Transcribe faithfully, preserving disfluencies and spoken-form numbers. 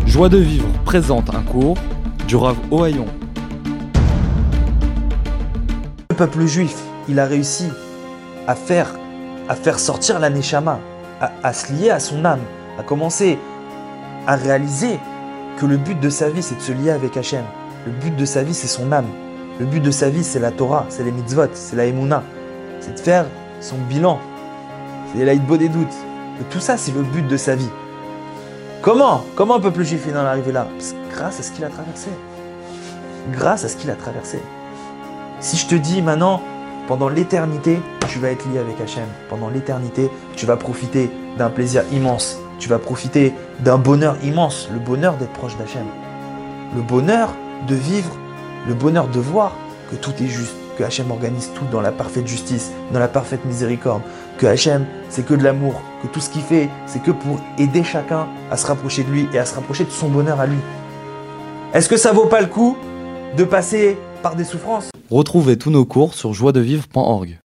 Joie de vivre présente un cours du Rav Ohayon. Le peuple juif, il a réussi à faire, à faire sortir la Neshama, à, à se lier à son âme, à commencer à réaliser que le but de sa vie, c'est de se lier avec Hachem. Le but de sa vie, c'est son âme. Le but de sa vie, c'est la Torah, c'est les mitzvot, c'est la Emouna. C'est de faire son bilan. C'est la hitbo des doutes. Et tout ça, c'est le but de sa vie. Comment Comment un peuple juif est dans l'arrivée là? Grâce à ce qu'il a traversé. Grâce à ce qu'il a traversé. Si je te dis maintenant, pendant l'éternité, tu vas être lié avec Hachem. Pendant l'éternité, tu vas profiter d'un plaisir immense. Tu vas profiter d'un bonheur immense. Le bonheur d'être proche d'Hachem. Le bonheur de vivre, le bonheur de voir que tout est juste. Que Hachem organise tout dans la parfaite justice, dans la parfaite miséricorde. Que Hachem, c'est que de l'amour. Que tout ce qu'il fait, c'est que pour aider chacun à se rapprocher de lui et à se rapprocher de son bonheur à lui. Est-ce que ça vaut pas le coup de passer par des souffrances? Retrouvez tous nos cours sur joie de vivre point org.